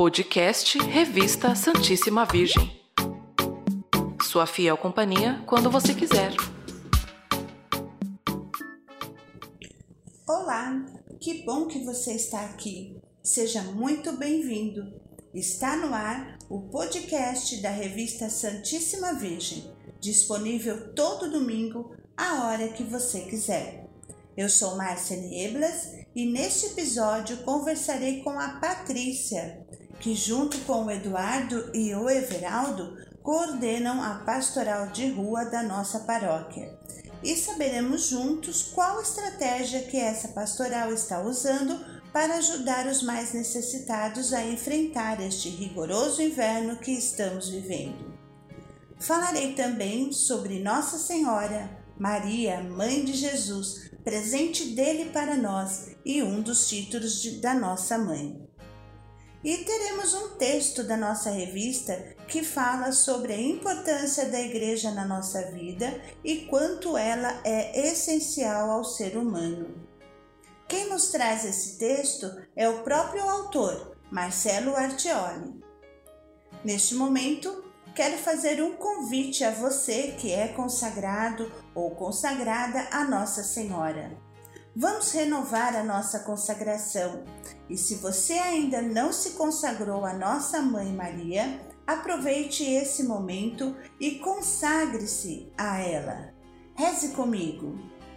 Podcast Revista Santíssima Virgem. Sua fiel companhia quando você quiser. Olá, que bom que você está aqui. Seja muito bem-vindo. Está no ar o podcast da Revista Santíssima Virgem, disponível todo domingo, a hora que você quiser. Eu sou Márcia Nieblas e neste episódio conversarei com a Patrícia, que junto com o Eduardo e o Everaldo coordenam a pastoral de rua da nossa paróquia. E saberemos juntos qual estratégia que essa pastoral está usando para ajudar os mais necessitados a enfrentar este rigoroso inverno que estamos vivendo. Falarei também sobre Nossa Senhora, Maria, Mãe de Jesus, presente dele para nós e um dos títulos da nossa mãe. E teremos um texto da nossa revista que fala sobre a importância da igreja na nossa vida e quanto ela é essencial ao ser humano. Quem nos traz esse texto é o próprio autor, Marcelo Artioli. Neste momento, quero fazer um convite a você que é consagrado ou consagrada a Nossa Senhora. Vamos renovar a nossa consagração. E se você ainda não se consagrou à nossa Mãe Maria, aproveite esse momento e consagre-se a ela. Reze comigo.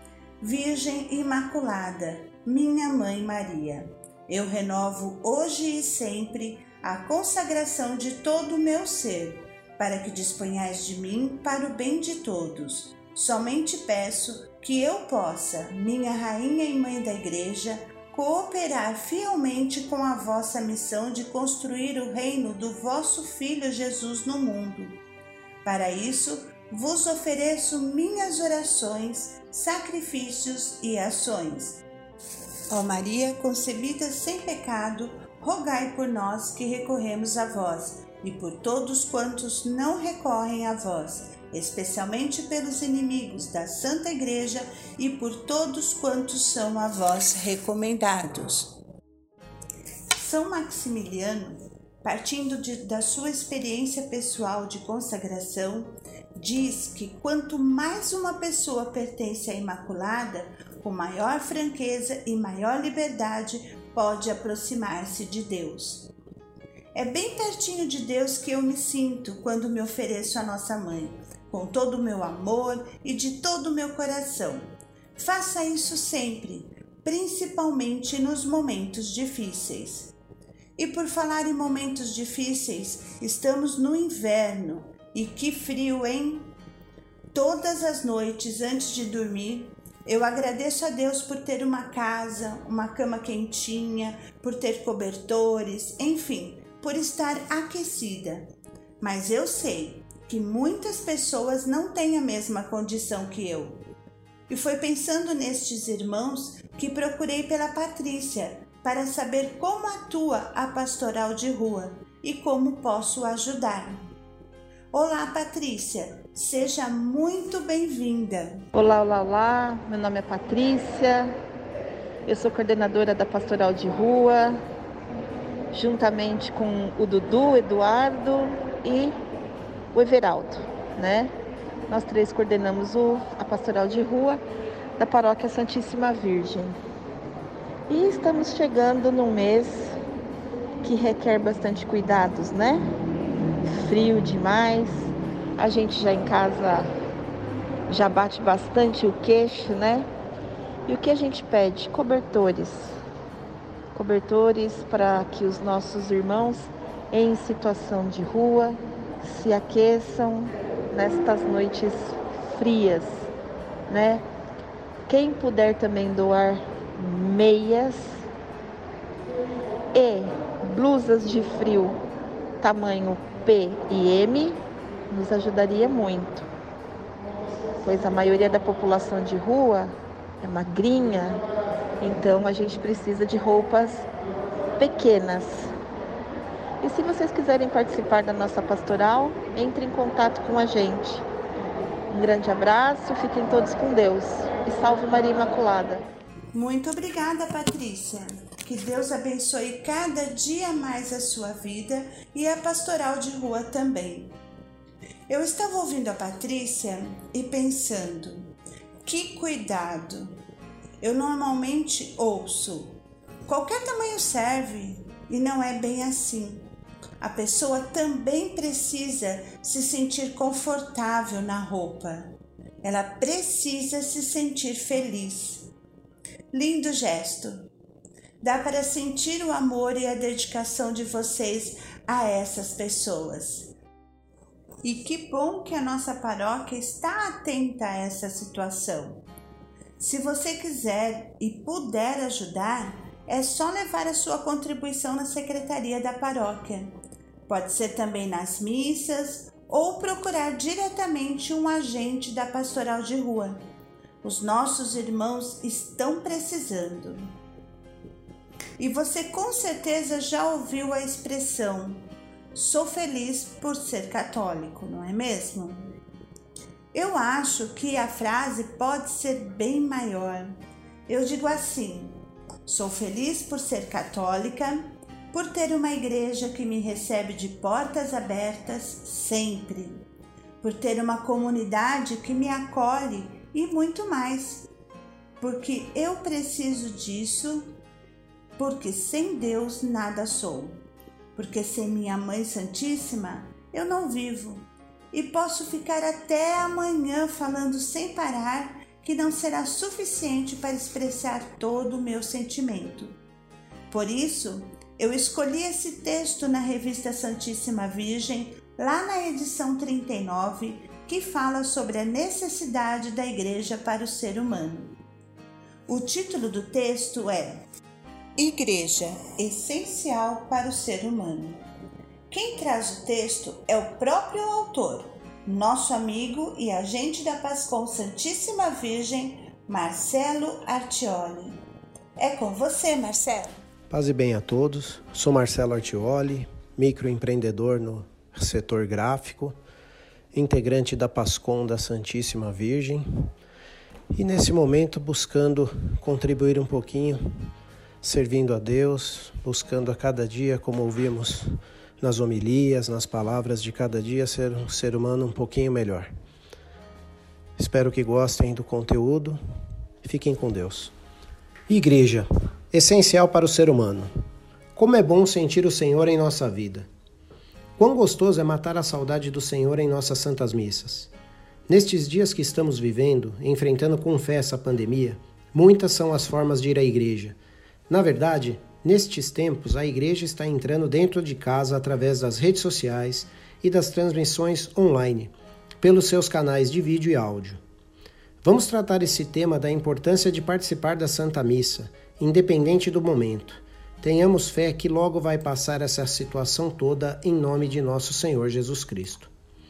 Virgem Imaculada, minha Mãe Maria, eu renovo hoje e sempre a consagração de todo o meu ser, para que disponhais de mim para o bem de todos. Somente peço que eu possa, minha Rainha e Mãe da Igreja, cooperar fielmente com a vossa missão de construir o reino do vosso Filho Jesus no mundo. Para isso, vos ofereço minhas orações, sacrifícios e ações. Ó Maria, concebida sem pecado, rogai por nós que recorremos a vós, e por todos quantos não recorrem a vós, especialmente pelos inimigos da Santa Igreja e por todos quantos são a vós recomendados. São Maximiliano, partindo da sua experiência pessoal de consagração, diz que quanto mais uma pessoa pertence à Imaculada, com maior franqueza e maior liberdade pode aproximar-se de Deus. É bem pertinho de Deus que eu me sinto quando me ofereço à nossa Mãe, com todo o meu amor e de todo o meu coração. Faça isso sempre, principalmente nos momentos difíceis. E por falar em momentos difíceis, estamos no inverno e que frio, hein? Todas as noites antes de dormir, eu agradeço a Deus por ter uma casa, uma cama quentinha, por ter cobertores, enfim, por estar aquecida. Mas eu sei que muitas pessoas não têm a mesma condição que eu. E foi pensando nestes irmãos que procurei pela Patrícia para saber como atua a pastoral de rua e como posso ajudar. Olá, Patrícia, seja muito bem-vinda. Olá, meu nome é Patrícia, eu sou coordenadora da pastoral de rua, juntamente com o Dudu, o Eduardo e o Everaldo, né? Nós três coordenamos a pastoral de rua da Paróquia Santíssima Virgem. E estamos chegando num mês que requer bastante cuidados, né? Frio demais, a gente já em casa já bate bastante o queixo, né? E o que a gente pede? Cobertores para que os nossos irmãos em situação de rua se aqueçam nestas noites frias, né? Quem puder também doar meias e blusas de frio tamanho P e M nos ajudaria muito, pois a maioria da população de rua é magrinha, então a gente precisa de roupas pequenas. E se vocês quiserem participar da nossa pastoral, entre em contato com a gente. Um grande abraço, fiquem todos com Deus e salve Maria Imaculada. Muito obrigada, Patrícia. Que Deus abençoe cada dia mais a sua vida e a Pastoral de Rua também. Eu estava ouvindo a Patrícia e pensando, que cuidado! Eu normalmente ouço, qualquer tamanho serve, e não é bem assim. A pessoa também precisa se sentir confortável na roupa. Ela precisa se sentir feliz. Lindo gesto. Dá para sentir o amor e a dedicação de vocês a essas pessoas. E que bom que a nossa paróquia está atenta a essa situação. Se você quiser e puder ajudar, é só levar a sua contribuição na secretaria da paróquia. Pode ser também nas missas ou procurar diretamente um agente da Pastoral de Rua. Os nossos irmãos estão precisando. E você com certeza já ouviu a expressão "sou feliz por ser católico", não é mesmo? Eu acho que a frase pode ser bem maior. Eu digo assim: sou feliz por ser católica, por ter uma igreja que me recebe de portas abertas sempre, por ter uma comunidade que me acolhe e muito mais, porque eu preciso disso, porque sem Deus nada sou, porque sem minha Mãe Santíssima eu não vivo e posso ficar até amanhã falando sem parar que não será suficiente para expressar todo o meu sentimento. Por isso, eu escolhi esse texto na revista Santíssima Virgem, lá na edição 39, que fala sobre a necessidade da Igreja para o ser humano. O título do texto é Igreja, essencial para o ser humano. Quem traz o texto é o próprio autor, nosso amigo e agente da PASCOM Santíssima Virgem, Marcelo Artioli. É com você, Marcelo. Paz e bem a todos. Sou Marcelo Artioli, microempreendedor no setor gráfico, integrante da PASCOM da Santíssima Virgem e nesse momento buscando contribuir um pouquinho, servindo a Deus, buscando a cada dia, como ouvimos nas homilias, nas palavras de cada dia, ser um ser humano um pouquinho melhor. Espero que gostem do conteúdo. Fiquem com Deus. Igreja, essencial para o ser humano. Como é bom sentir o Senhor em nossa vida. Quão gostoso é matar a saudade do Senhor em nossas santas missas. Nestes dias que estamos vivendo, enfrentando com fé essa pandemia, muitas são as formas de ir à igreja. Na verdade, nestes tempos, a igreja está entrando dentro de casa através das redes sociais e das transmissões online, pelos seus canais de vídeo e áudio. Vamos tratar esse tema da importância de participar da Santa Missa, independente do momento. Tenhamos fé que logo vai passar essa situação toda em nome de nosso Senhor Jesus Cristo.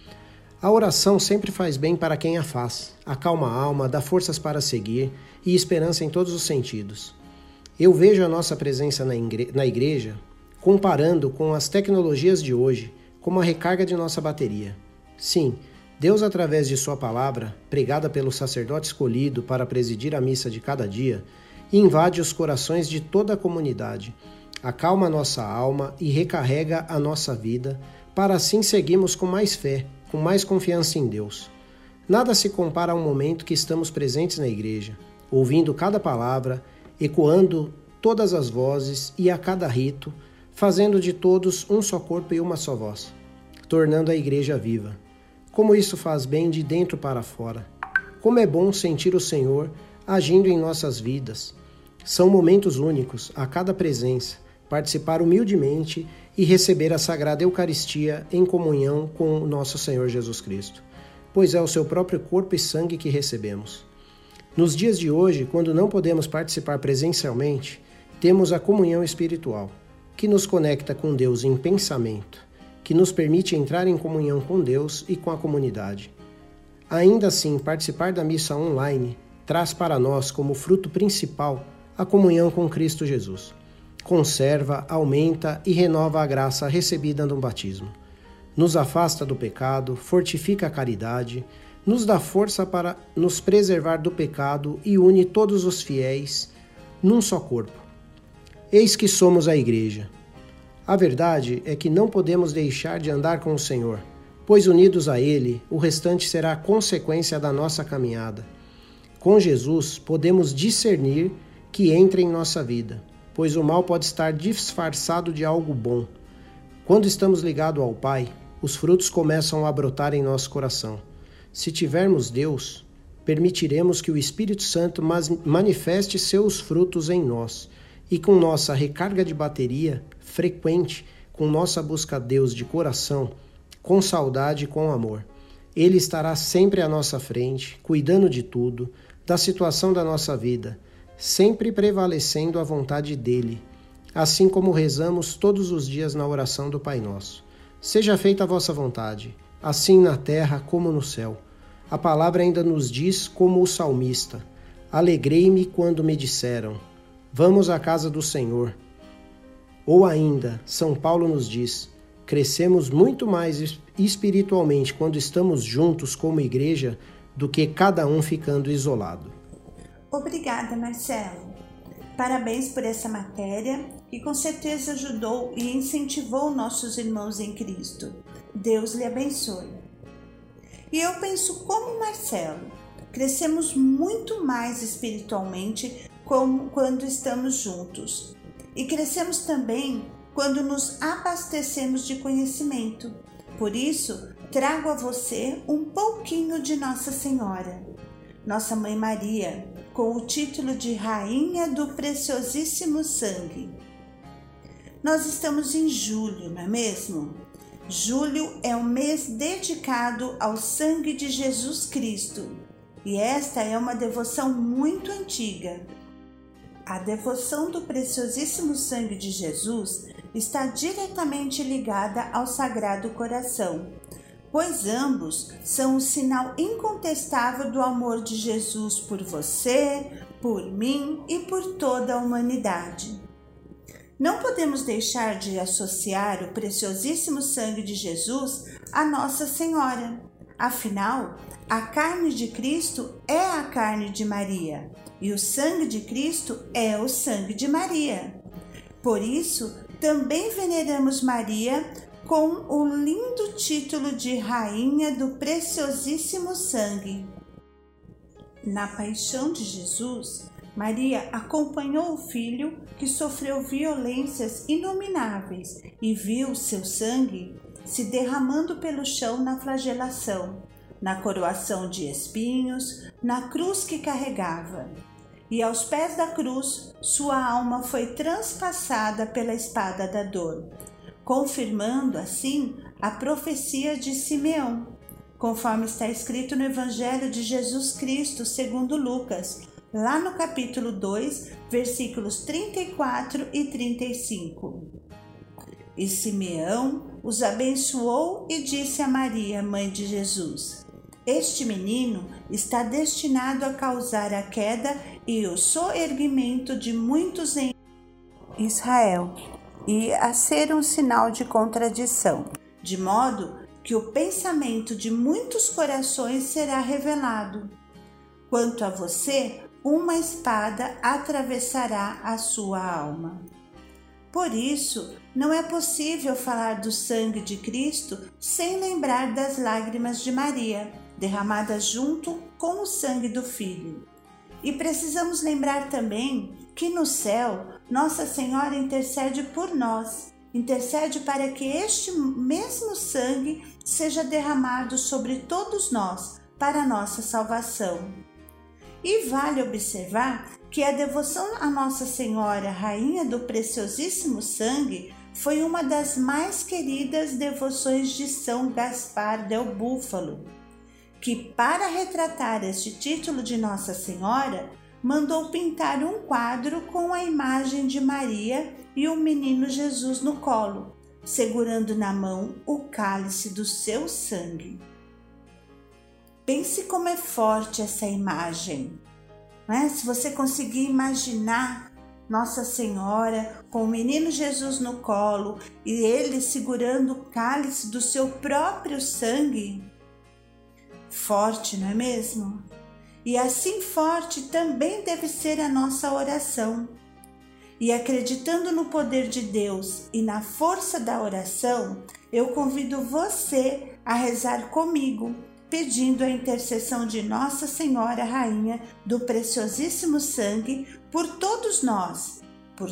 A oração sempre faz bem para quem a faz, acalma a alma, dá forças para seguir e esperança em todos os sentidos. Eu vejo a nossa presença na igreja comparando com as tecnologias de hoje, como a recarga de nossa bateria. Sim, Deus, através de sua palavra, pregada pelo sacerdote escolhido para presidir a missa de cada dia, invade os corações de toda a comunidade, acalma a nossa alma e recarrega a nossa vida, para assim seguirmos com mais fé, com mais confiança em Deus. Nada se compara ao momento que estamos presentes na igreja, ouvindo cada palavra, ecoando todas as vozes e a cada rito, fazendo de todos um só corpo e uma só voz, tornando a igreja viva. Como isso faz bem de dentro para fora. Como é bom sentir o Senhor agindo em nossas vidas. São momentos únicos a cada presença, participar humildemente e receber a Sagrada Eucaristia em comunhão com o nosso Senhor Jesus Cristo, pois é o seu próprio corpo e sangue que recebemos. Nos dias de hoje, quando não podemos participar presencialmente, temos a comunhão espiritual, que nos conecta com Deus em pensamento, que nos permite entrar em comunhão com Deus e com a comunidade. Ainda assim, participar da missa online traz para nós como fruto principal a comunhão com Cristo Jesus. Conserva, aumenta e renova a graça recebida no batismo. Nos afasta do pecado, fortifica a caridade, nos dá força para nos preservar do pecado e une todos os fiéis num só corpo. Eis que somos a igreja. A verdade é que não podemos deixar de andar com o Senhor, pois unidos a Ele, o restante será a consequência da nossa caminhada. Com Jesus, podemos discernir que entra em nossa vida, pois o mal pode estar disfarçado de algo bom. Quando estamos ligados ao Pai, os frutos começam a brotar em nosso coração. Se tivermos Deus, permitiremos que o Espírito Santo manifeste seus frutos em nós, e com nossa recarga de bateria frequente, com nossa busca a Deus de coração, com saudade e com amor, Ele estará sempre à nossa frente, cuidando de tudo, da situação da nossa vida, sempre prevalecendo a vontade dEle, assim como rezamos todos os dias na oração do Pai Nosso. Seja feita a vossa vontade, assim na terra como no céu. A palavra ainda nos diz, como o salmista: alegrei-me quando me disseram, vamos à casa do Senhor. Ou ainda, São Paulo nos diz, crescemos muito mais espiritualmente quando estamos juntos como igreja do que cada um ficando isolado. Obrigada, Marcelo. Parabéns por essa matéria que com certeza ajudou e incentivou nossos irmãos em Cristo. Deus lhe abençoe. E eu penso como Marcelo, crescemos muito mais espiritualmente quando estamos juntos. E crescemos também quando nos abastecemos de conhecimento. Por isso, trago a você um pouquinho de Nossa Senhora, Nossa Mãe Maria, com o título de Rainha do Preciosíssimo Sangue. Nós estamos em julho, não é mesmo? Julho é um mês dedicado ao sangue de Jesus Cristo, e esta é uma devoção muito antiga. A devoção do preciosíssimo sangue de Jesus está diretamente ligada ao Sagrado Coração, pois ambos são um sinal incontestável do amor de Jesus por você, por mim e por toda a humanidade. Não podemos deixar de associar o preciosíssimo sangue de Jesus a Nossa Senhora. Afinal, a carne de Cristo é a carne de Maria e o sangue de Cristo é o sangue de Maria. Por isso, também veneramos Maria com o lindo título de Rainha do Preciosíssimo Sangue. Na paixão de Jesus, Maria acompanhou o filho que sofreu violências inomináveis e viu seu sangue se derramando pelo chão na flagelação, na coroação de espinhos, na cruz que carregava. E aos pés da cruz, sua alma foi transpassada pela espada da dor, confirmando assim a profecia de Simeão, conforme está escrito no Evangelho de Jesus Cristo segundo Lucas, lá no capítulo 2, versículos 34 e 35. E Simeão os abençoou e disse a Maria, mãe de Jesus: este menino está destinado a causar a queda e o soerguimento de muitos em Israel, e a ser um sinal de contradição, de modo que o pensamento de muitos corações será revelado. Quanto a você, uma espada atravessará a sua alma. Por isso, não é possível falar do sangue de Cristo sem lembrar das lágrimas de Maria, derramadas junto com o sangue do Filho. E precisamos lembrar também que no céu, Nossa Senhora intercede por nós, intercede para que este mesmo sangue seja derramado sobre todos nós, para a nossa salvação. E vale observar que a devoção a Nossa Senhora, Rainha do Preciosíssimo Sangue, foi uma das mais queridas devoções de São Gaspar del Búfalo, que, para retratar este título de Nossa Senhora, mandou pintar um quadro com a imagem de Maria e o menino Jesus no colo, segurando na mão o cálice do seu sangue. Pense como é forte essa imagem, né? Se você conseguir imaginar Nossa Senhora com o menino Jesus no colo e ele segurando o cálice do seu próprio sangue, forte, não é mesmo? E assim forte também deve ser a nossa oração. E acreditando no poder de Deus e na força da oração, eu convido você a rezar comigo, pedindo a intercessão de Nossa Senhora Rainha do Preciosíssimo Sangue por todos nós,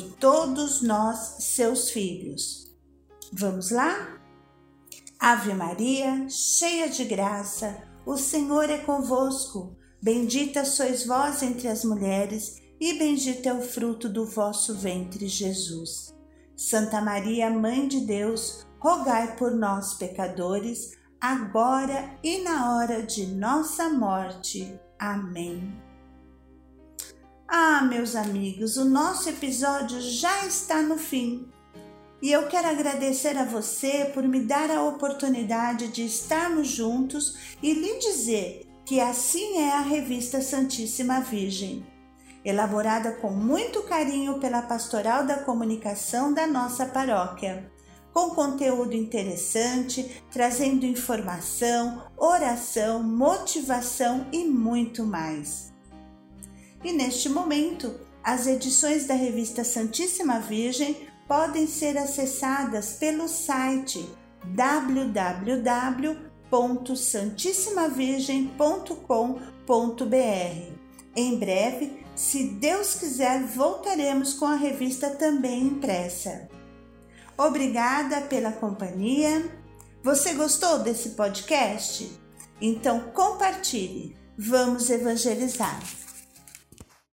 seus filhos. Vamos lá? Ave Maria, cheia de graça, o Senhor é convosco. Bendita sois vós entre as mulheres, e bendito é o fruto do vosso ventre, Jesus. Santa Maria, Mãe de Deus, rogai por nós, pecadores, agora e na hora de nossa morte. Amém. Meus amigos, o nosso episódio já está no fim. E eu quero agradecer a você por me dar a oportunidade de estarmos juntos e lhe dizer que assim é a Revista Santíssima Virgem, elaborada com muito carinho pela Pastoral da Comunicação da nossa paróquia, com conteúdo interessante, trazendo informação, oração, motivação e muito mais. E neste momento, as edições da Revista Santíssima Virgem podem ser acessadas pelo site www.santissimavirgem.com.br. Em breve, se Deus quiser, voltaremos com a revista também impressa. Obrigada pela companhia. Você gostou desse podcast? Então compartilhe. Vamos evangelizar.